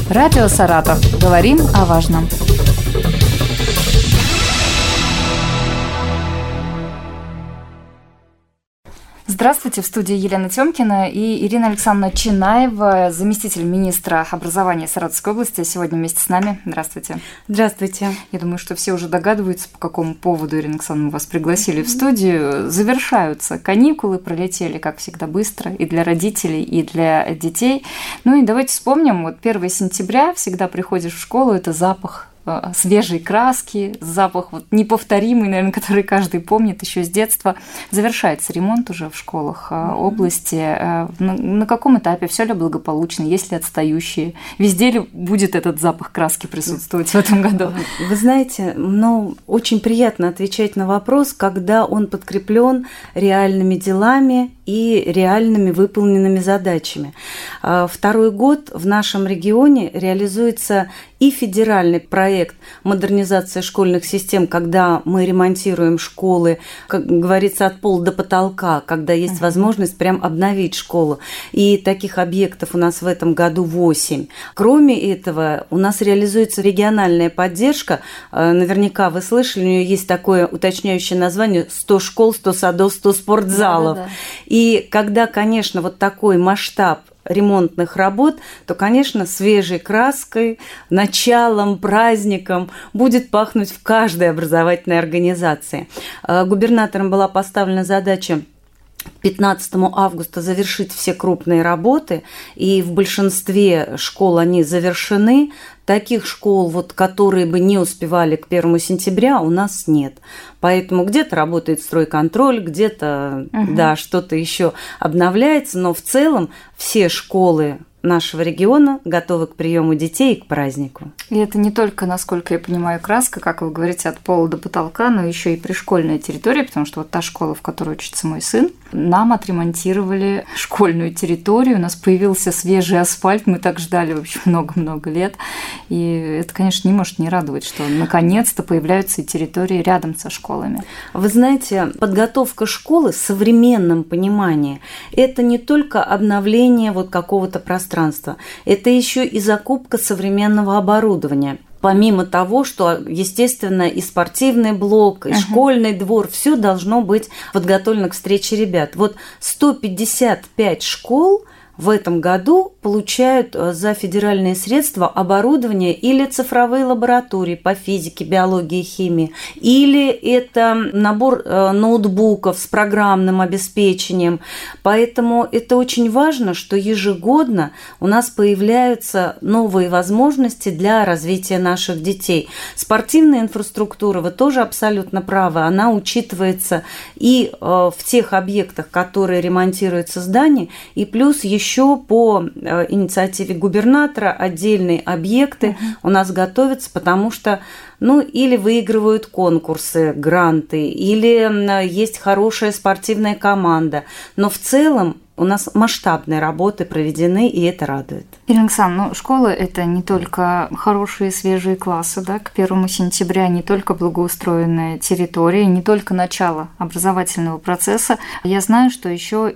Радио «Саратов». Говорим о важном. Здравствуйте, в студии Елена Тёмкина и Ирина Александровна Чинаева, заместитель министра образования Саратовской области, сегодня вместе с нами. Здравствуйте. Здравствуйте. Я думаю, что все уже догадываются, по какому поводу, Ирина Александровна, мы вас пригласили в студию. Завершаются каникулы, пролетели, как всегда, быстро и для родителей, и для детей. Ну и давайте вспомним, 1 сентября, всегда приходишь в школу, это запах свежей краски, запах неповторимый, наверное, который каждый помнит еще с детства. Завершается ремонт уже в школах области. На каком этапе? Все ли благополучно? Есть ли отстающие? Везде ли будет этот запах краски присутствовать в этом году? Вы знаете, очень приятно отвечать на вопрос, когда он подкреплен реальными делами и реальными выполненными задачами. Второй год в нашем регионе реализуется и федеральный проект модернизации школьных систем, когда мы ремонтируем школы, как говорится, от пола до потолка, когда есть возможность прям обновить школу. И таких объектов у нас в этом году 8. Кроме этого, у нас реализуется региональная поддержка. Наверняка вы слышали, у нее есть такое уточняющее название 100 школ, 100 садов, 100 спортзалов. Да. И когда, конечно, такой масштаб ремонтных работ, то, конечно, свежей краской, началом, праздником будет пахнуть в каждой образовательной организации. Губернатором была поставлена задача 15 августа завершить все крупные работы, и в большинстве школ они завершены. Таких школ, которые бы не успевали к 1 сентября, у нас нет. Поэтому где-то работает стройконтроль, где-то что-то еще обновляется, но в целом все школы нашего региона готовы к приему детей и к празднику. И это не только, насколько я понимаю, краска, как вы говорите, от пола до потолка, но еще и пришкольная территория, потому что та школа, в которой учится мой сын, нам отремонтировали школьную территорию, у нас появился свежий асфальт, мы так ждали вообще много-много лет, и это, конечно, не может не радовать, что наконец-то появляются и территории рядом со школами. Вы знаете, подготовка школы в современном понимании – это не только обновление какого-то пространства, это еще и закупка современного оборудования. Помимо того, что, естественно, и спортивный блок, и школьный двор, все должно быть подготовлено к встрече ребят. 155 школ в этом году получают за федеральные средства оборудование или цифровые лаборатории по физике, биологии, химии, или это набор ноутбуков с программным обеспечением. Поэтому это очень важно, что ежегодно у нас появляются новые возможности для развития наших детей. Спортивная инфраструктура, вы тоже абсолютно правы, она учитывается и в тех объектах, которые ремонтируются здания, и плюс еще по инициативе губернатора отдельные объекты у нас готовятся, потому что или выигрывают конкурсы, гранты, или есть хорошая спортивная команда. Но в целом у нас масштабные работы проведены, и это радует. Ирина Александровна, школа – это не только хорошие свежие классы, к 1 сентября, не только благоустроенная территория, не только начало образовательного процесса. Я знаю, что еще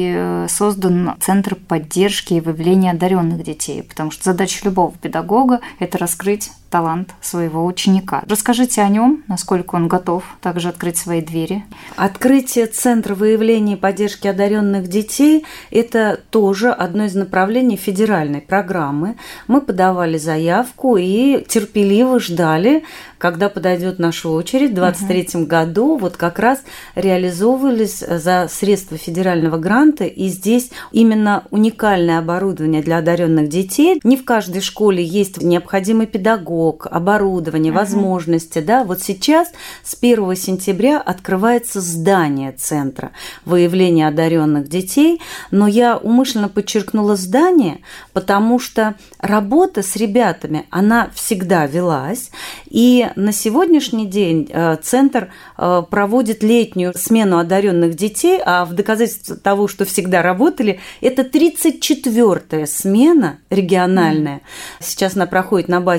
и создан Центр поддержки и выявления одаренных детей, потому что задача любого педагога – это раскрыть талант своего ученика. Расскажите о нем, насколько он готов также открыть свои двери. Открытие Центра выявления и поддержки одаренных детей – это тоже одно из направлений федеральной программы. Мы подавали заявку и терпеливо ждали, когда подойдет наша очередь. В 2023 году как раз реализовывались за средства федерального гранта, и здесь именно уникальное оборудование для одаренных детей. Не в каждой школе есть необходимый педагог, оборудование, возможности. Сейчас с 1 сентября открывается здание Центра выявления одаренных детей, но я умышленно подчеркнула здание, потому что работа с ребятами, она всегда велась, и на сегодняшний день Центр проводит летнюю смену одаренных детей, а в доказательство того, что всегда работали, это 34-я смена региональная. Сейчас она проходит на базе ДУПКО,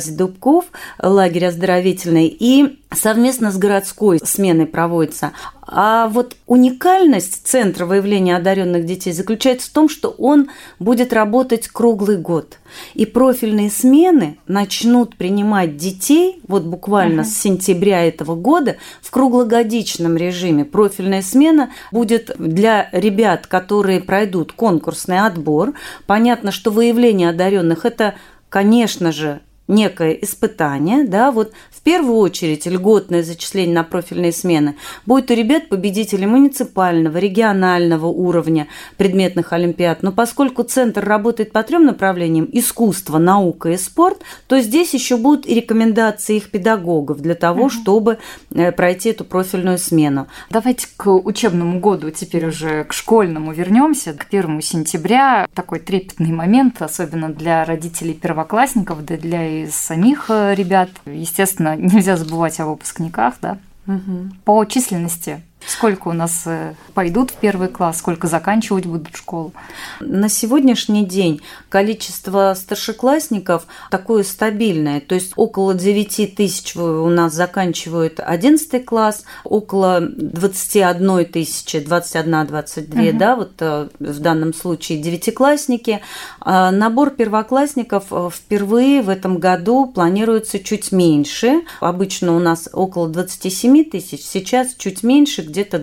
Казаков, лагерь оздоровительный, и совместно с городской сменой проводится. А вот уникальность Центра выявления одаренных детей заключается в том, что он будет работать круглый год. И профильные смены начнут принимать детей вот буквально с сентября этого года в круглогодичном режиме. Профильная смена будет для ребят, которые пройдут конкурсный отбор. Понятно, что выявление одаренных – это, конечно же, некое испытание, да, вот в первую очередь льготное зачисление на профильные смены будет у ребят победителей муниципального, регионального уровня предметных олимпиад. Но поскольку центр работает по 3 направлениям – искусство, наука и спорт, то здесь еще будут и рекомендации их педагогов для того, чтобы пройти эту профильную смену. Давайте к учебному году, теперь уже к школьному вернемся, к 1 сентября. Такой трепетный момент, особенно для родителей первоклассников, да для самих ребят. Естественно, нельзя забывать о выпускниках, да? По численности. Сколько у нас пойдут в 1 класс, сколько заканчивать будут школу? На сегодняшний день количество старшеклассников такое стабильное, то есть около 9 тысяч у нас заканчивают 11 класс, около 21 тысячи, 21-22, да, вот в данном случае девятиклассники. Набор первоклассников впервые в этом году планируется чуть меньше. Обычно у нас около 27 тысяч, сейчас чуть меньше, где-то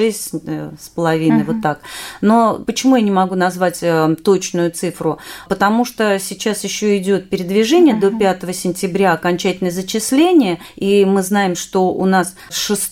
26,5, вот так. Но почему я не могу назвать точную цифру? Потому что сейчас еще идет передвижение до 5 сентября, окончательное зачисление, и мы знаем, что у нас с 6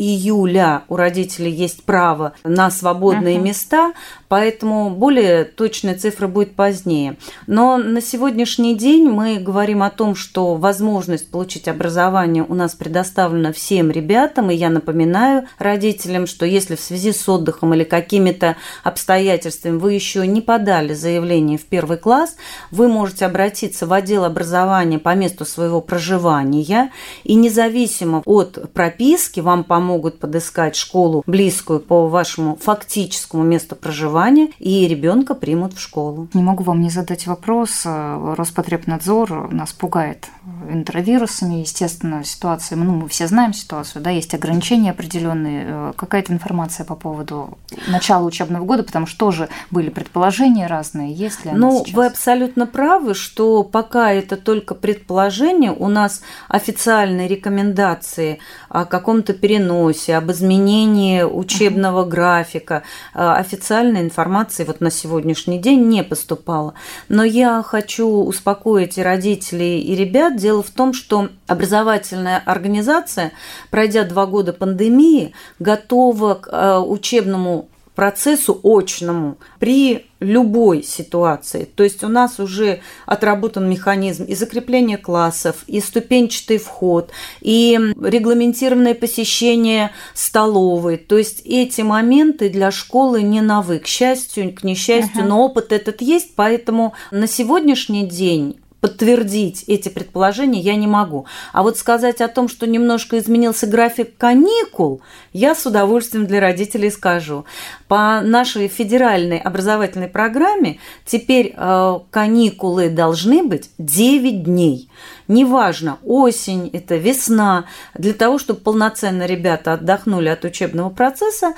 июля у родителей есть право на свободные места, поэтому более точная цифра будет позднее. Но на сегодняшний день мы говорим о том, что возможность получить образование у нас предоставлена всем ребятам, и я напоминаю родителям, что если в связи с отдыхом или какими-то обстоятельствами вы еще не подали заявление в 1 класс, вы можете обратиться в отдел образования по месту своего проживания, и независимо от прописки вам помогут подыскать школу близкую по вашему фактическому месту проживания, и ребенка примут в школу. Не могу вам не задать вопрос. Роспотребнадзор нас пугает энтеровирусами, естественно, ситуация, мы все знаем ситуацию, да, есть ограничения определенные. Какая-то информация по поводу начала учебного года, потому что тоже были предположения разные, есть ли она сейчас? Вы абсолютно правы, что пока это только предположение, у нас официальные рекомендации о каком-то переносе, об изменении учебного графика, официальной информации вот на сегодняшний день не поступало. Но я хочу успокоить и родителей, и ребят. Дело в том, что образовательная организация, пройдя 2 года пандемии, готова к учебному процессу очному при любой ситуации. То есть у нас уже отработан механизм и закрепления классов, и ступенчатый вход, и регламентированное посещение столовой. То есть эти моменты для школы не новы, к счастью, к несчастью, но опыт этот есть, поэтому на сегодняшний день подтвердить эти предположения я не могу. А вот сказать о том, что немножко изменился график каникул, я с удовольствием для родителей скажу. По нашей федеральной образовательной программе теперь каникулы должны быть 9 дней. Неважно, осень, это весна, для того, чтобы полноценно ребята отдохнули от учебного процесса,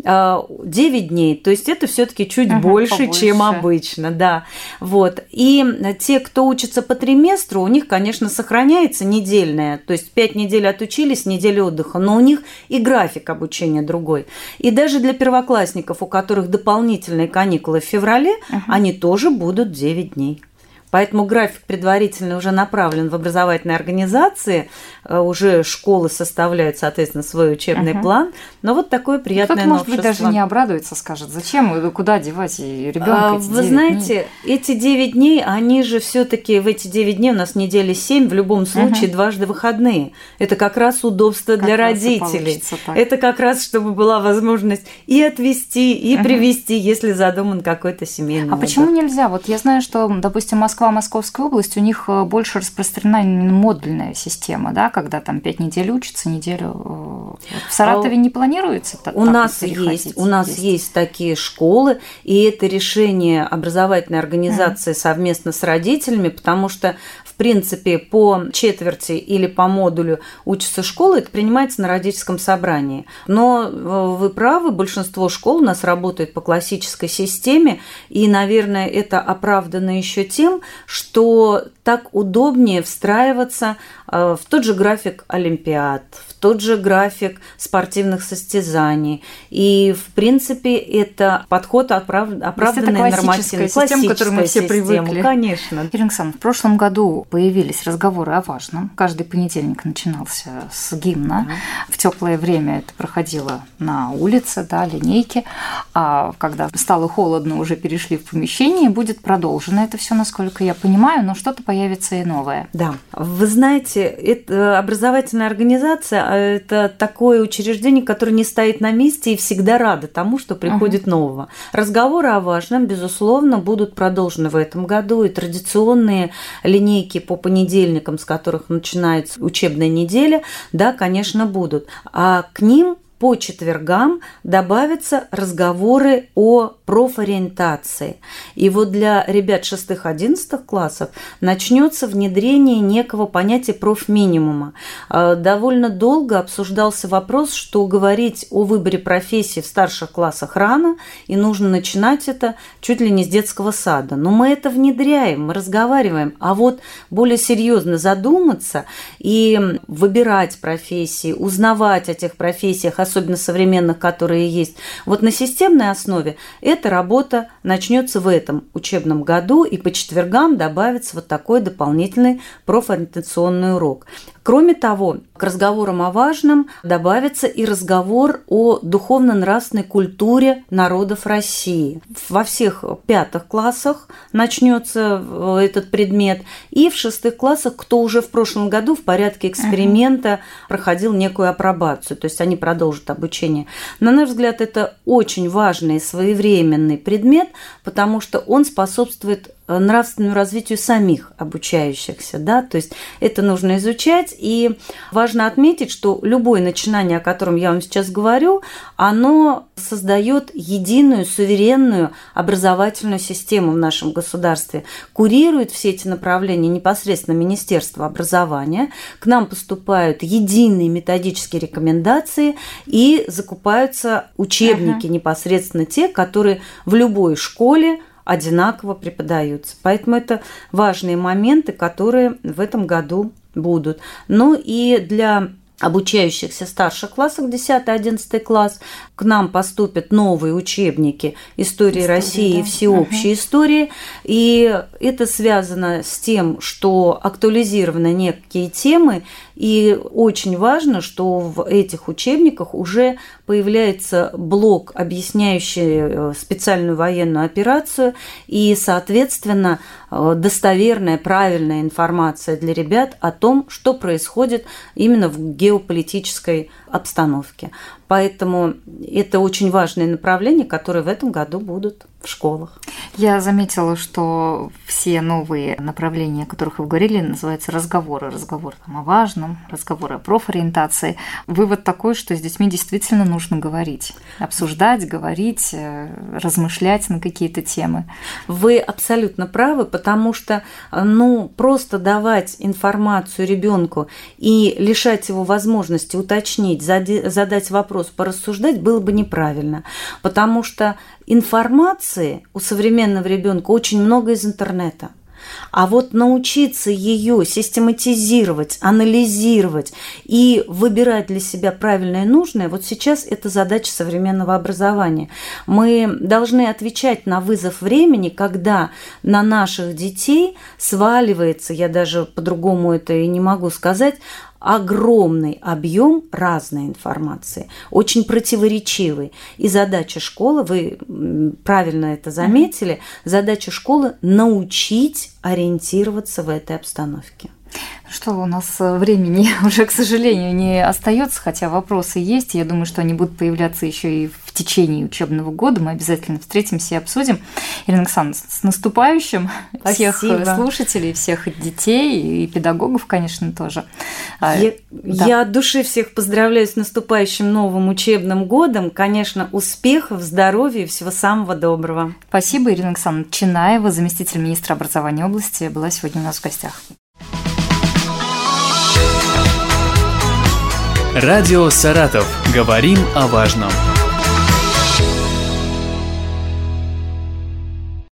9 дней. То есть это все-таки чуть больше, чем обычно. Да. Вот. И те, кто учится по триместру, у них, конечно, сохраняется недельная, то есть 5 недель отучились, неделя отдыха, но у них и график обучения другой. И даже для первоклассников, у которых дополнительные каникулы в феврале, они тоже будут 9 дней. Поэтому график предварительно уже направлен в образовательные организации, уже школы составляют, соответственно, свой учебный план. Но вот такое приятное новшество. Может быть, даже не обрадуется, скажет, зачем, куда девать ребенка? Вы знаете, эти 9 дней, они же все-таки в эти 9 дней у нас недели 7, в любом случае дважды выходные. Это как раз удобство для родителей. Это как раз, чтобы была возможность и отвезти, и привезти, если задуман какой-то семейный отдых. Почему нельзя? Вот я знаю, что, допустим, Москва Москва, Московская область, у них больше распространена именно модульная система, да, когда там 5 недель учатся, неделю. В Саратове не планируется? У нас есть такие школы, и это решение образовательной организации совместно с родителями, потому что в принципе, по четверти или по модулю учатся школы, это принимается на родительском собрании. Но вы правы, большинство школ у нас работает по классической системе, и, наверное, это оправдано еще тем, что так удобнее встраиваться в тот же график олимпиад, в тот же график спортивных состязаний. И, в принципе, это подход оправданный, нормативный, система, к которой мы все привыкли. Конечно. Ирина Александровна, в прошлом году появились разговоры о важном. Каждый понедельник начинался с гимна. В теплое время это проходило на улице, да, линейки. А когда стало холодно, уже перешли в помещение, будет продолжено это все, насколько я понимаю, но что-то появится и новое. Да. Вы знаете, это образовательная организация, это такое учреждение, которое не стоит на месте и всегда радо тому, что приходит нового. Разговоры о важном, безусловно, будут продолжены в этом году, и традиционные линейки по понедельникам, с которых начинается учебная неделя, да, конечно, будут. А к ним по четвергам добавятся разговоры о профориентации. И вот для ребят 6-11 классов начнется внедрение некого понятия профминимума. Довольно долго обсуждался вопрос, что говорить о выборе профессии в старших классах рано, и нужно начинать это чуть ли не с детского сада. Но мы это внедряем, мы разговариваем. А вот более серьезно задуматься и выбирать профессии, узнавать о тех профессиях, особенно современных, которые есть, вот на системной основе эта работа начнется в этом учебном году, и по четвергам добавится вот такой дополнительный профориентационный урок. Кроме того, к разговорам о важном добавится и разговор о духовно-нравственной культуре народов России. Во всех 5 классах начнется этот предмет, и в 6 классах, кто уже в прошлом году в порядке эксперимента проходил некую апробацию, то есть они продолжат обучение. На наш взгляд, это очень важный и своевременный предмет, потому что он способствует нравственному развитию самих обучающихся, да, то есть это нужно изучать, и важно отметить, что любое начинание, о котором я вам сейчас говорю, оно создает единую, суверенную образовательную систему в нашем государстве, курирует все эти направления непосредственно Министерство образования, к нам поступают единые методические рекомендации и закупаются учебники непосредственно те, которые в любой школе одинаково преподаются. Поэтому это важные моменты, которые в этом году будут. Ну и для обучающихся старших классах, 10-11 класс, к нам поступят новые учебники истории России и всеобщей истории. И это связано с тем, что актуализированы некие темы, и очень важно, что в этих учебниках уже появляется блок, объясняющий специальную военную операцию, и, соответственно, достоверная, правильная информация для ребят о том, что происходит именно в геополитической обстановке. Поэтому это очень важное направление, которое в этом году будут в школах. Я заметила, что все новые направления, о которых вы говорили, называются разговоры. Разговор там о важном, разговоры о профориентации. Вывод такой, что с детьми действительно нужно говорить, обсуждать, говорить, размышлять на какие-то темы. Вы абсолютно правы, потому что просто давать информацию ребенку и лишать его возможности уточнить, задать вопрос, порассуждать было бы неправильно, потому что информации у современного ребенка очень много из интернета. А вот научиться ее систематизировать, анализировать и выбирать для себя правильное и нужное, вот сейчас это задача современного образования. Мы должны отвечать на вызов времени, когда на наших детей сваливается, я даже по-другому это и не могу сказать, огромный объем разной информации, очень противоречивый. И задача школы, вы правильно это заметили, задача школы – научить ориентироваться в этой обстановке. Что у нас времени уже, к сожалению, не остается, хотя вопросы есть. Я думаю, что они будут появляться еще и в течение учебного года. Мы обязательно встретимся и обсудим. Ирина Александровна, с наступающим всех слушателей, всех детей и педагогов, конечно, тоже. Я от души всех поздравляю с наступающим новым учебным годом. Конечно, успехов, здоровья и всего самого доброго. Спасибо, Ирина Александровна Чинаева, заместитель министра образования области, была сегодня у нас в гостях. Радио «Саратов». Говорим о важном.